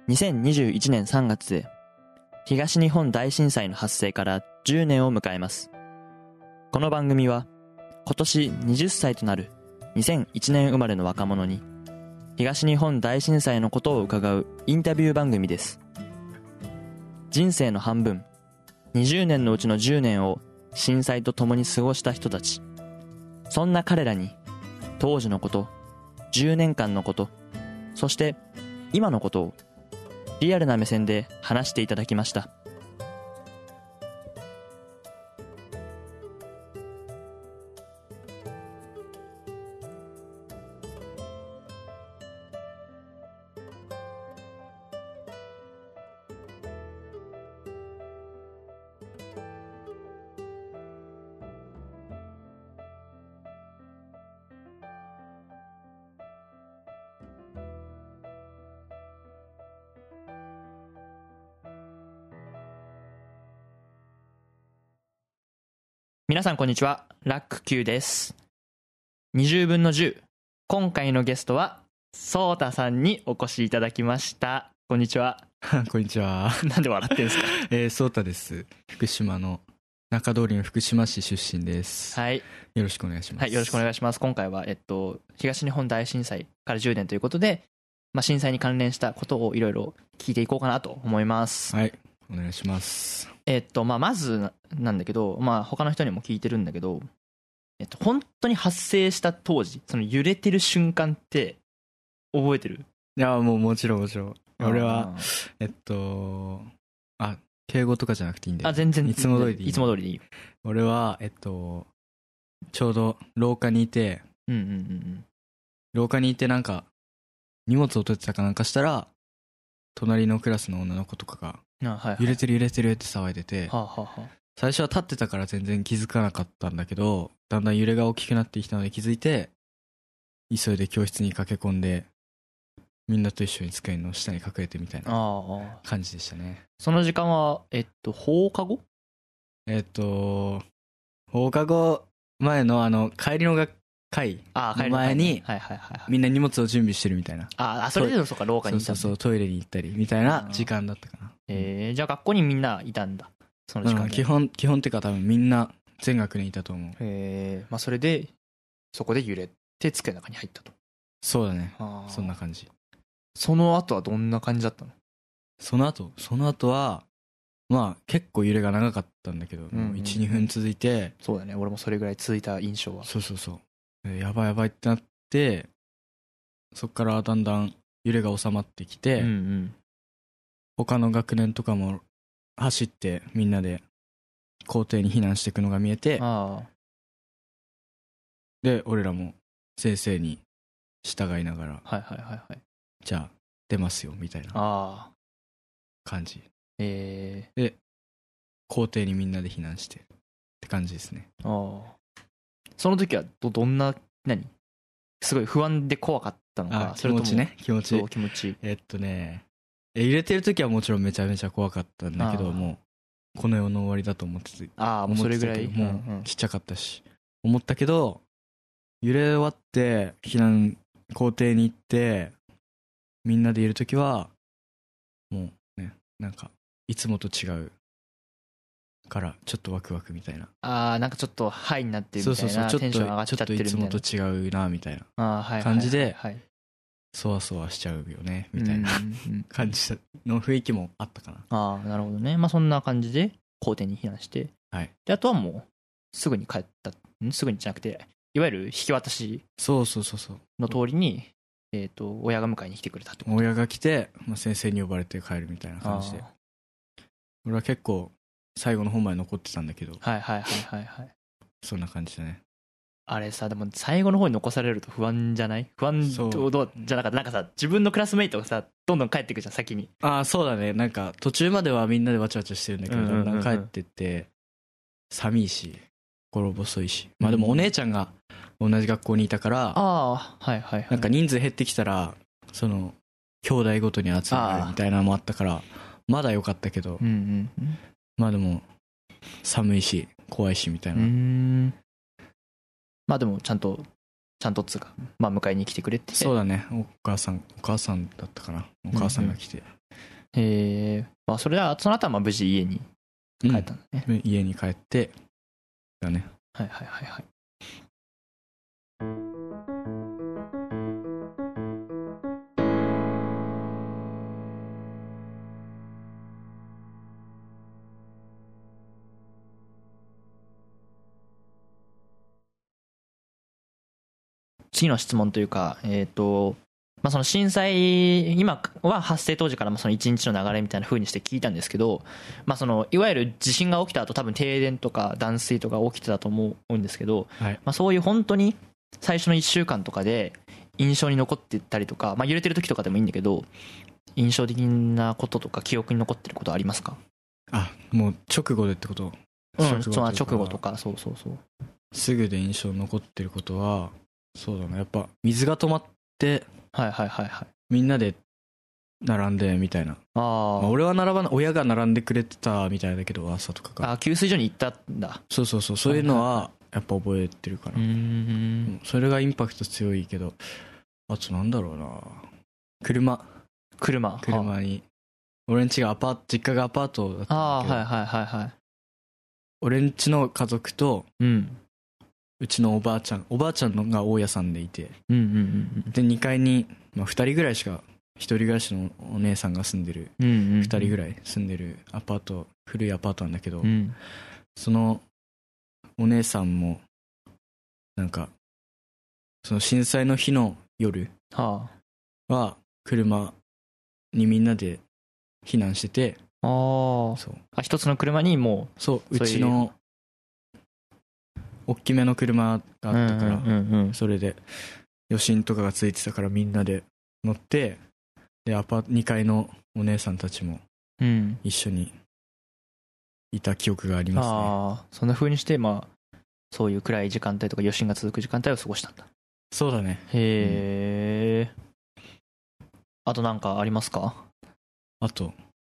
2021年3月で東日本大震災の発生から10年を迎えます。この番組は今年20歳となる2001年生まれの若者に東日本大震災のことを伺うインタビュー番組です。人生の半分、20年のうちの10年を震災と共に過ごした人たち、そんな彼らに当時のこと、10年間のこと、そして今のことをリアルな目線で話していただきました。皆さんこんにちは、ラック Q です。20分の10、今回のゲストはソータさんにお越しいただきました。こんにちは。 こんにちは。 なんで笑ってんですか？ ソータです。福島の中通りの福島市出身です。 はい、 よろしくお願いします。 はい、よろしくお願いします。今回は東日本大震災から10年ということで、震災に関連したことをいろいろ聞いていこうかなと思います。 はい、お願いします。 まずなんだけど、他の人にも聞いてるんだけど、本当に発生した当時、その揺れてる瞬間って覚えてる？ いや、もちろん俺は敬語とかじゃなくていいんだよ。 全然いつも通りでいい。 いつも通りでいい。 俺はちょうど廊下にいて、廊下にいてなんか荷物を取ってたかなんかしたら、隣のクラスの女の子とかが揺れてるって騒いでて、最初は立ってたから全然気づかなかったんだけど、だんだん揺れが大きくなってきたので気づいて、急いで教室に駆け込んで、みんなと一緒に机の下に隠れてみたいな感じでしたね。 その時間は放課後？ 放課後前の帰りの会の前にみんな荷物を準備してるみたいな。 それでそうか、廊下にいた。 そうトイレに行ったりみたいな時間だったかな。 じゃあ学校にみんないたんだ、その時間。 基本っていうか多分みんな全学年いたと思う。 それでそこで揺れて机の中に入ったと。 そうだね、そんな感じ。 その後はどんな感じだったの？その後は結構揺れが長かったんだけど、1、2分続いて。 そうだね、俺もそれぐらい続いた印象は。 そうやばいってなって、そっからだんだん揺れが収まってきて、他の学年とかも走ってみんなで校庭に避難していくのが見えて、で俺らも先生に従いながら、じゃあ出ますよみたいな感じで、校庭にみんなで避難してって感じですね。 その時はどんな、すごい不安で怖かったのか、 気持ち。揺れてる時はもちろんめちゃめちゃ怖かったんだけど、もうこの世の終わりだと思ってて、 もうそれぐらいもうちっちゃかったし思ったけど、揺れ終わって避難校庭に行ってみんなでいる時はもうね、なんかいつもと違うからちょっとワクワクみたいな。 なんかちょっとハイになってるみたいな、テンション上がっちゃってるみたいな。 ちょっといつもと違うなみたいな感じで、そわそわしちゃうよねみたいな感じの雰囲気もあったかな。 なるほどね。そんな感じで校庭に避難して、であとはもうすぐに帰った。すぐにじゃなくて、いわゆる引き渡しの通りに親が迎えに来てくれたってこと。 親が来て、先生に呼ばれて帰るみたいな感じで。俺は結構最後の方まで残ってたんだけど、そんな感じだね。 あれさ、でも最後の方に残されると不安じゃない？不安どうじゃなかった？なんかさ、自分のクラスメイトがさ、どんどん帰ってくじゃん、先に。 そうだね。なんか途中まではみんなでわちゃわちゃしてるんだけど、だんだん帰ってって寒いし心細いし、でもお姉ちゃんが同じ学校にいたから、なんか人数減ってきたらその兄弟ごとに集まるみたいなのもあったからまだ良かったけど、でも寒いし怖いしみたいな。 でもちゃんとつうか、迎えに来てくれて。 そうだね、お母さんだったかな、お母さんが来て、 へえ。まあそれはその後はまあ無事家に帰ったんだね。 家に帰ってだね。 はいはいはいはい。次の質問というか、まあ、その震災、今は発生当時からその一日の流れみたいな風にして聞いたんですけど、まあ、そのいわゆる地震が起きた後多分停電とか断水とか起きてたと思うんですけど、 はい。 まあ、そういう本当に最初の1週間とかで印象に残ってたりとか、まあ、揺れてる時とかでもいいんだけど、印象的なこととか記憶に残ってることありますか？ あ、もう直後でってこと？ うん、その直後とか、そうそうそう。 すぐで印象に残ってることは、そうだな、やっぱ水が止まって、 はいはいはいはい。 みんなで並んでみたいな。まあ、俺は並ばない、親が並んでくれてたみたいだけど、朝とかから。 給水所に行ったんだ。 そうそうそう、そういうのはやっぱ覚えてるかな。それがインパクト強いけど、あとなんだろうな、車に、俺ん家が実家がアパートだったんだけど、 はいはいはいはい。 俺ん家の家族と、 うん、 うちのおばあちゃんのが大家さんでいて、 うんうんうんうん、 で2階に、まあ、2人ぐらいしか、一人暮らしのお姉さんが住んでる、 うんうんうん、 2人ぐらい住んでるアパート、古いアパートなんだけど、 うん、 そのお姉さんもなんかその震災の日の夜は車にみんなで避難してて、 そう一つの車にもうそうちの大きめの車があったから、それで余震とかがついてたからみんなで乗って、で2階のお姉さんたちも一緒にいた記憶がありますね。 そんな風にしてまあそういう暗い時間帯とか余震が続く時間帯を過ごしたんだ。 そうだね。 へえ、あとなんかありますか？ あと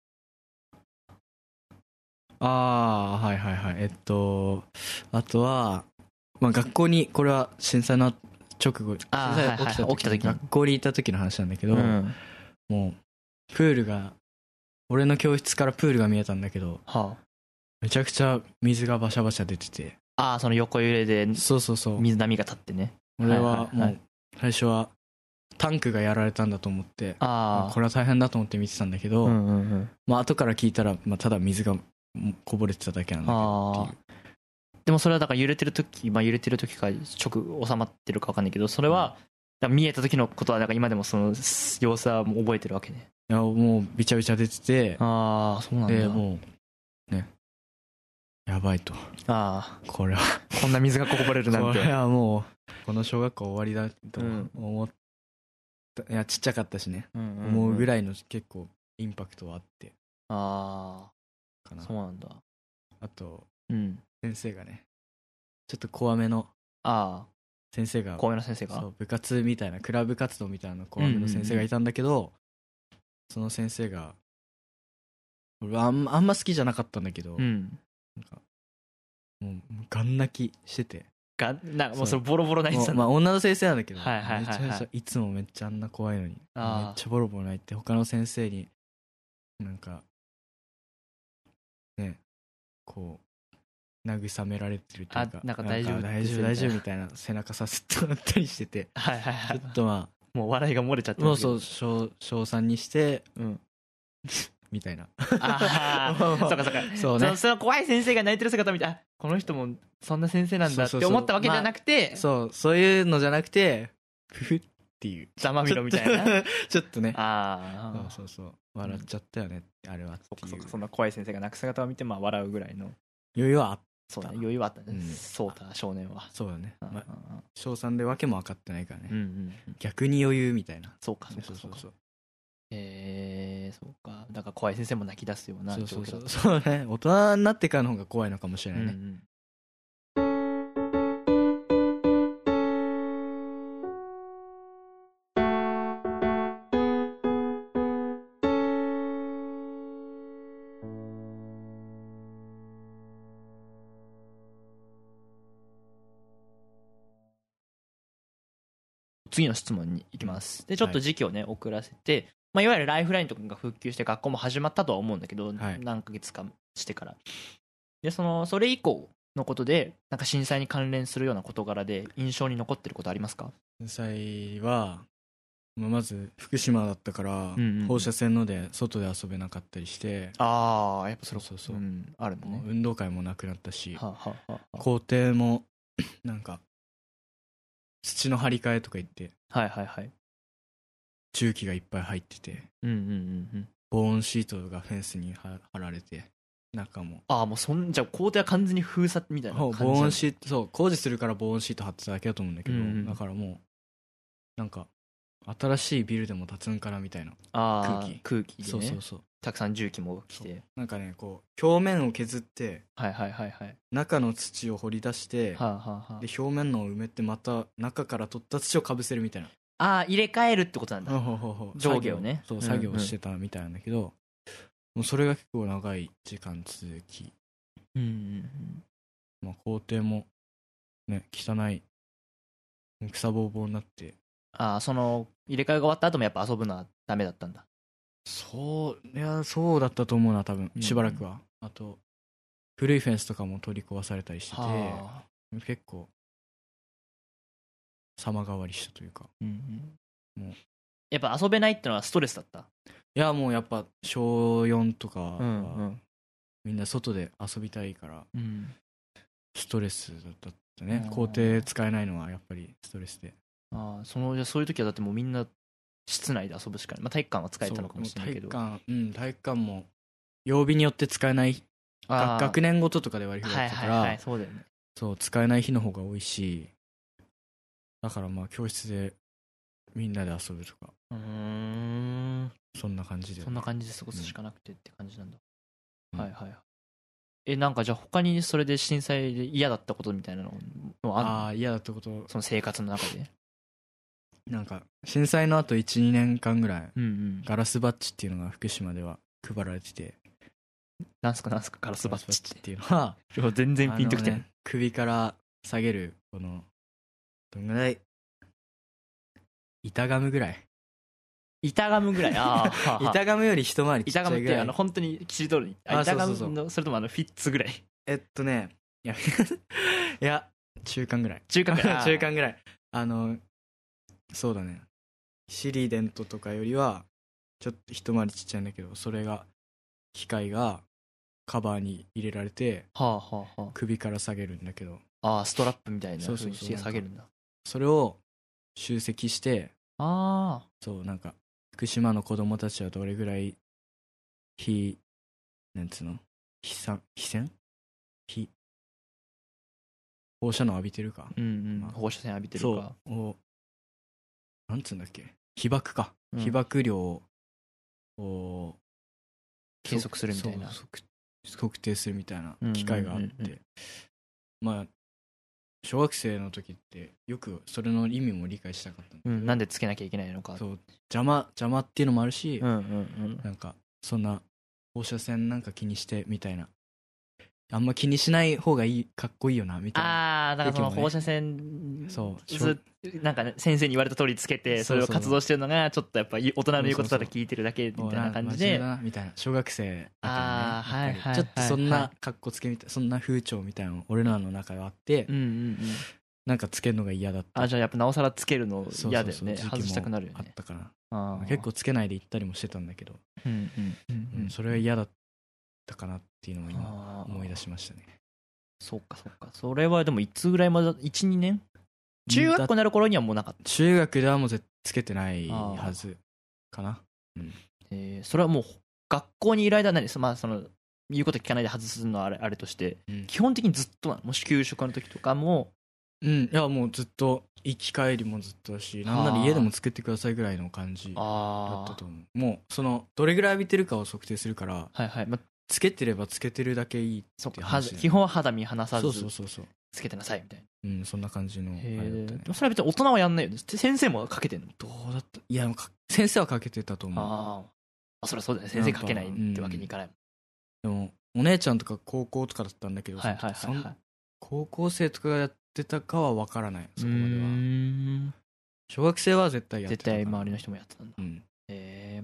はいはいはい、あとは、まあ、学校に、これは震災の直後、震災起きた時、学校にいた時の話なんだけど、もうプールが、俺の教室からプールが見えたんだけど、めちゃくちゃ水がバシャバシャ出てて、 その横揺れで水波が立ってね。 俺はもう最初はタンクがやられたんだと思って、これは大変だと思って見てたんだけど、まあ後から聞いたら、まあ、ただ水がこぼれてただけなんだけどっていう。 でもそれはだから揺れてる時か収まってるか分かんないけど、それは見えた時のことはなんか今でもその様子はもう覚えてるわけね。 いやもうびちゃびちゃ出てて、 そうなんだ。 でもうね、やばいと、これはこんな水がこぼれるなんて、 これはもうこの小学校終わりだと思った、いやちっちゃかったしね、思うぐらいの結構インパクトはあって、かな。 そうなんだ。 あと、先生がね、ちょっと怖めの先生が、そう部活みたいな、クラブ活動みたいな怖めの先生がいたんだけど、その先生が俺はあんま好きじゃなかったんだけど、なんかもうガン泣きしてて、 もうそれボロボロ泣いてたんだ。 まあ女の先生なんだけど、いつもめっちゃあんな怖いのにめっちゃボロボロ泣いて、他の先生になんかね、こう慰められてるというか、 なんか大丈夫みたいな背中さすってもらったりしてて、ちょっとまあもう笑いが漏れちゃってる。 そう小3にしてみたいな。 そうかそうね。その怖い先生が泣いてる姿を見て、この人もそんな先生なんだって思ったわけじゃなくて、 そういうのじゃなくて、ふふっていうざまみろみたいなちょっとね、そう笑っちゃったよね、あれはっていう。 そんな怖い先生が泣く姿を見てまあ笑うぐらいの余裕はあった。 そうだね、余裕はあったね、そうだ少年は。 そうだね、小3で訳も分かってないからね、逆に余裕みたいな。 そうか。そうか。だから怖い先生も泣き出すような状況だった。 そうね、大人になってからの方が怖いのかもしれないね。 次の質問に行きます。でちょっと時期をね遅らせて、 まあ、いわゆるライフラインとかが復旧して学校も始まったとは思うんだけど、 はい何ヶ月かしてからで、それ以降のことでなんか震災に関連するような事柄で印象に残ってることありますか？ 震災は、まず福島だったから、 うんうんうん放射線ので外で遊べなかったりして、 ああ、やっぱそうそう、 あるんだね。 運動会もなくなったし、 はあはあはあはあ校庭もなんか土の張り替えとか言ってはいはいはい。 重機がいっぱい入ってて、 うんうんうんうん。 防音シートがフェンスに張られて、中もああ、もうじゃあ校庭は完全に封鎖みたいな感じなんだ。 防音シート、そう工事するから防音シート貼ってただけだと思うんだけど、 うんうんだからもうなんか新しいビルでも建つんかなみたいなあー空気でね、 そうそうそう、 たくさん重機も来て、 なんかねこう表面を削ってはいはいはいはい。 中の土を掘り出して、 はあはあはで表面のを埋めてまた中から取った土をかぶせるみたいな、 ああー、入れ替えるってことなんだ。上下をねそううんうん作業をしてたみたいなんだけど、もうそれが結構長い時間続き、 うんうんうんまあ、校庭もね汚い草ぼうぼうになって、 ああ、入れ替えが終わった後もやっぱ遊ぶのはダメだったんだ。 そうだったと思うな多分うんしばらくは、あと古いフェンスとかも取り壊されたりしてて、 はあ、 結構様変わりしたというか、 うんうん、 もうやっぱ遊べないってのはストレスだった。 いやもうやっぱ小4とかは、 うんうんみんな外で遊びたいからうんストレスだったね、 あー校庭使えないのはやっぱりストレスで、 ああ、じゃあそういう時はだってもうみんな室内で遊ぶしかない。まあ、体育館は使えたのかもしれないけど。 体育館も曜日によって使えない学年ごととかで割り振られてたから、 はいはいはい、そうだよね。 そう使えない日の方が多いし、だからまあ教室でみんなで遊ぶとか、そんな感じで、ね、 そんな感じで過ごすしかなくてって感じなんだ、 うん、 はいはい。なんかじゃあ他にそれで震災で嫌だったことみたいなのあるの？ ああ嫌だったこと、 その生活の中で。 なんか震災の後 1,2 年間ぐらい、 うんうん、 ガラスバッジっていうのが福島では配られてて、 なんすかガラスバッジっていうのは全然ピンときてない、 ね、首から下げるこのどんぐらい板ガムぐらい板ガムぐらい板ガムより一回りちっちゃいぐらい、 板ガムって本当にキシリトールに板ガムの、 そうそれともフィッツぐらい、 いや中間ぐらい中間ぐらいそうだね、シリデントとかよりはちょっと一回りちっちゃいんだけど、それが機械がカバーに入れられて、首から下げるんだけど、 ストラップみたいな風にして下げるんだ。 それを集積して、 そうなんか福島の子供たちはどれぐらいなんつうの放射能浴びてるか、 放射線浴びてるか、 そうなんつうんだっけ、被爆か、被爆量を計測するみたいな、 測定するみたいな機械があって、まあ小学生の時ってよくそれの意味も理解したかったんだけど、 なんでつけなきゃいけないのか、 そう邪魔っていうのもあるし、なんかそんな放射線なんか気にしてみたいな、あんま気にしない方がいい、かっこいいよなみたいな。 だからその放射線、なんかね、先生に言われた通りつけて、それを活動してるのがちょっとやっぱ大人の言うことだと聞いてるだけみたいな感じで、 みたいな、小学生だからね、ちょっとそんなかっこつけみたいな、そんな風潮みたいなの俺らの中であって、なんかつけるのが嫌だった。 じゃあやっぱなおさらつけるの嫌だよね、外したくなるよね。 あったから結構つけないで行ったりもしてたんだけど、それは嫌だったかなっていうのを今思い出しましたね。 そうかそれはでもいつぐらいまで、 1,2 年中学校になる頃にはもうなかった？ 中学ではもうつけてないはずかな。 それはもう学校にいる間は何、その言うこと聞かないで外すのはあれとして、基本的にずっとなの？もし給食の時とかも？ いやもうずっと、行き帰りもずっとだし、なんなら家でも作ってくださいぐらいの感じだったと思う。もうどれぐらい浴びてるかを測定するから、つけてればつけてるだけいいって話。 基本は肌身離さずつけてなさいみたいな。 そんな感じのあれだったね。 それは別に大人はやんないよね。先生もかけてんの？ どうだった？いや先生はかけてたと思う。 そりゃそうだね、先生かけないってわけにいかない。 でもお姉ちゃんとか高校とかだったんだけど、高校生とかがやってたかは分からない、そこまでは。小学生は絶対やってた。 絶対周りの人もやってたんだ。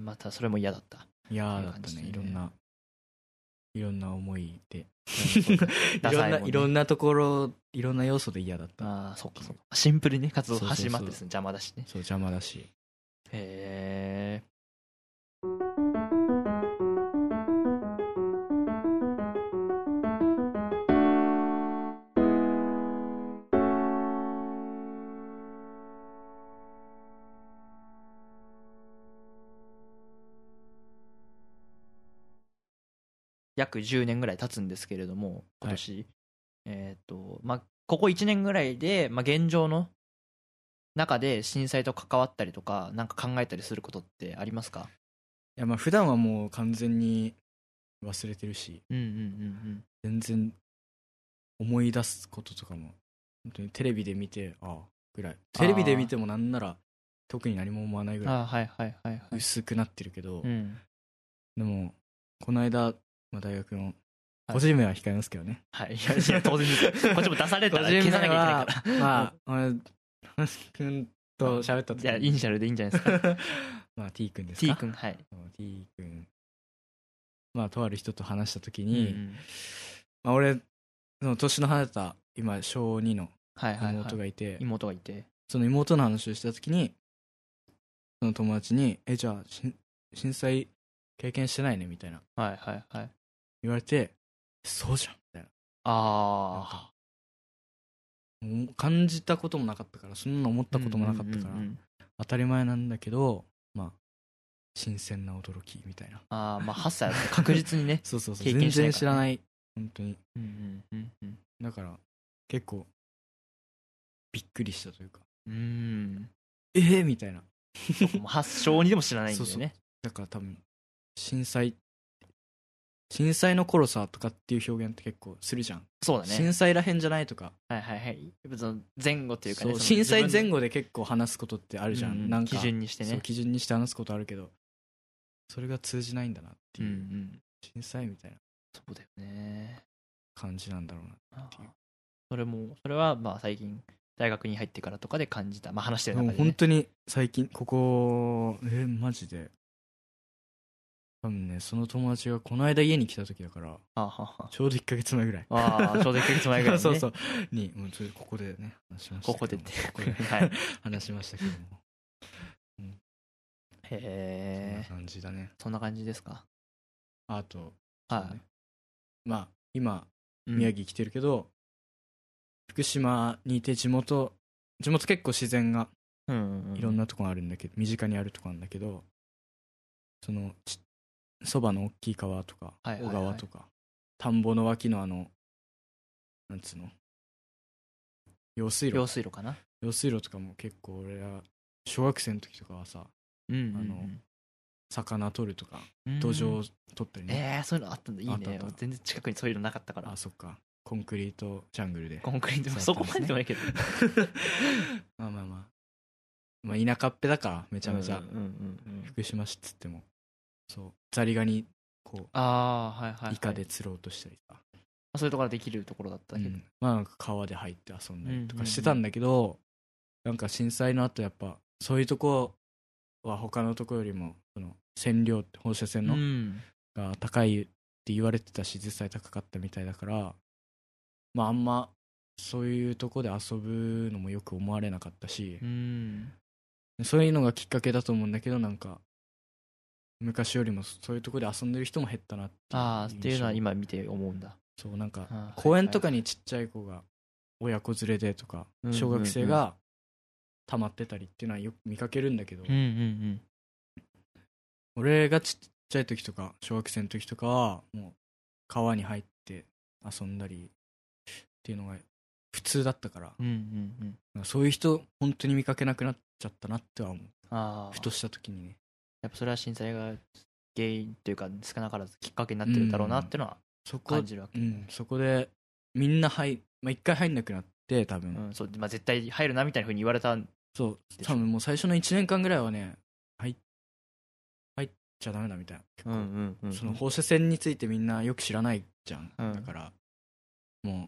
またそれも嫌だった。 嫌だったね。いろんな思いでいろんなところ、いろんな要素で嫌だった。 ああ、そっかそっか。シンプルにね、活動始まってですね、邪魔だしね。 そう、邪魔だし。 へえ。約10年ぐらい経つんですけれども、今年、まあ、ここ1年ぐらいで、まあ、現状の中で震災と関わったりとか、なんか考えたりすることってありますか？ いや、まあ普段はもう完全に忘れてるし、全然思い出すこととかも本当にテレビで見てぐらい、テレビで見てもなんなら特に何も思わないぐらい薄くなってるけど、でもこの間、まあ、大学の個人名は控えますけどね、 はい、いや当然ですこっちも出されたら消さなきゃいけないからまあ話すくんと喋った時に、 じゃあイニシャルでいいんじゃないですかまあ T 君ですか。 T 君、はい。 T 君、まあとある人と話した時に、まあ、俺その年の離れた今小2の妹がいて、その妹の話をした時に、その友達にじゃあ震災経験してないねみたいな言われて、そうじゃんみたいな、感じたこともなかったから、そんな思ったこともなかったから、当たり前なんだけど、まあ新鮮な驚きみたいな。 まあ8歳だって確実にねそう全然知らない、本当に。だから結構びっくりしたというか、みたいな発祥にでも知らないんだよね。 そうだから多分震災の頃さとかっていう表現って結構するじゃん。 そうだね。 震災らへんじゃないとか。 やっぱその前後っていうかね。 震災前後で結構話すことってあるじゃん。なんか基準にしてね。 基準にして話すことあるけど、それが通じないんだなっていう。震災みたいな。 そうだよね。 感じなんだろうなっていう。 それはまあ最近大学に入ってからとかで感じた。まあ話してる中でね。 本当に最近ここマジで。多分ね、その友達がこの間家に来た時だから、ちょうど1ヶ月前ぐらい。 ちょうど1ヶ月前ぐらい、ね、 そうに、もうここでね、話しました。 ここではい、話しましたけども。 へえ。 そんな感じだね。 そんな感じですか。 あと、まあ、今、宮城来てるけど、福島にいて地元結構自然がいろんなとこあるんだけど、身近にあるとこなんだけど、そのそばの大きい川とか小川とか、田んぼの脇のなんつうの、用水路かな。 用水路とかも結構俺は小学生の時とかはさ、魚取るとか土壌取ったりね。 そういうのあったんだ。いいね。全然近くにそういうのなかったから。 そっか。コンクリートジャングルで。 コンクリート、そこまででもないけどまあ田舎っぺだからめちゃめちゃ、福島市っつってもそうザリガニこうイカで釣ろうとしたりさ、 そういうところができるところだったけど、 まあなんか川で入って遊んだりとかしてたんだけど、なんか震災の後やっぱそういうとこは他のとこよりもその線量って放射線のが高いって言われてたし、実際高かったみたいだから、まああんまそういうとこで遊ぶのもよく思われなかったし、そういうのがきっかけだと思うんだけど、なんか昔よりもそういうとこで遊んでる人も減ったなっていうのは今見て思うんだ。 そうなんか公園とかにちっちゃい子が親子連れでとか小学生が溜まってたりっていうのはよく見かけるんだけど、俺がちっちゃい時とか小学生の時とかはもう川に入って遊んだりっていうのが普通だったから、そういう人本当に見かけなくなっちゃったなっては思う。ふとした時にね、 やっぱそれは震災が原因というか少なからずきっかけになってるだろうなっていうのは感じるわけ、 そこでみんな一回入んなくなって多分、 絶対入るなみたいな風に言われたんでしょ。 多分もう最初の1年間ぐらいはね入っちゃダメだみたいな、その放射線についてみんなよく知らないじゃん、だからも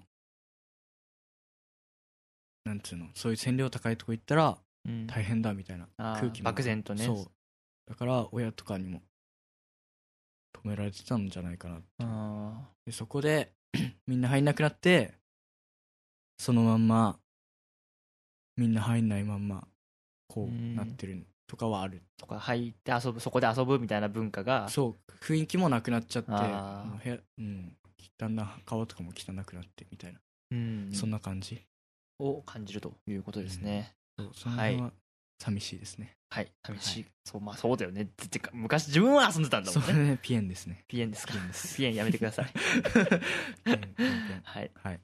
うなんつうの、そういう線量高いとこ行ったら大変だみたいな空気も漠然とね、 そうだから親とかにも止められてたんじゃないかなって。でそこでみんな入んなくなって、そのまんまみんな入んないまんまこうなってるとかはある。 とか入って遊ぶ、そこで遊ぶみたいな文化が、 そう雰囲気もなくなっちゃって、部屋、汚な顔とかも汚くなってみたいな、そんな感じを感じるということですね。 その辺は寂しいですね。 はい、寂しい。そう、まあそうだよね。てか昔自分は遊んでたんだもんね。 そうね、ピエンですね。 ピエンですか。ピエンやめてください。はい。 はい。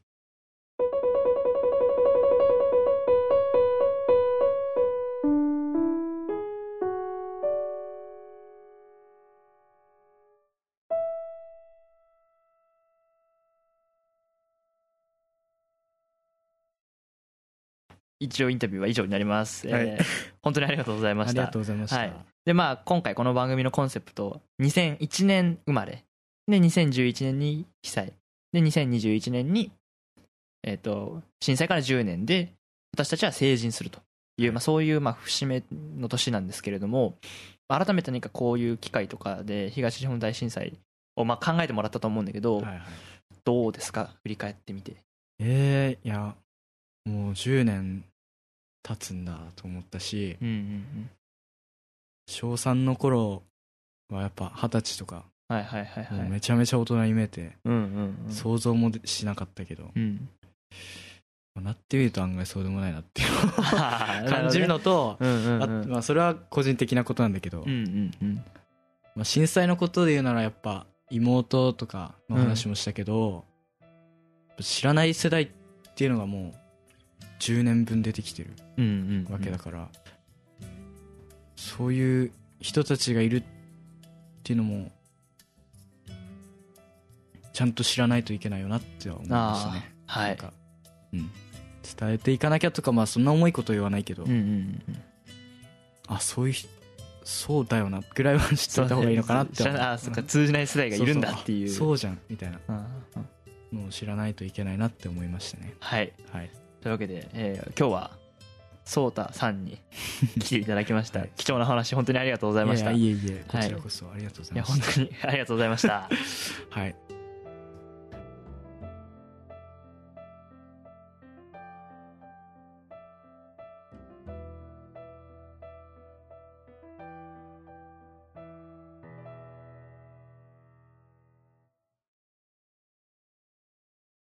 一応インタビューは以上になります。本当にありがとうございました。 ありがとうございました。 で、まあ今回この番組のコンセプト、2001年生まれで2011年に被災で2021年に震災から10年で私たちは成人するという、そういう節目の年なんですけれども、改めて何かこういう機会とかで東日本大震災を考えてもらったと思うんだけど、どうですか、振り返ってみて。 いやもう10年経つんだと思ったし、小3の頃はやっぱ20歳とか、めちゃめちゃ大人に見えて、想像もしなかったけど、なってみると案外そうでもないなっていうのを感じるのと、それは個人的なことなんだけど、震災のことで言うならやっぱ妹とかの話もしたけど、知らない世代っていうのがもう10年分出てきてるわけだから、そういう人たちがいるっていうのもちゃんと知らないといけないよなって思いましたね。なんか、伝えていかなきゃとか、そんな重いこと言わないけど、そうだよなぐらいは知ってた方がいいのかなって思う。 そうか、通じない世代がいるんだっていう、 そうじゃんみたいなのを知らないといけないなって思いましたね。 はい、というわけで、今日はソータさんに来ていただきました。貴重な話本当にありがとうございました。 いえこちらこそありがとうございました。 本当にありがとうございました。 はい。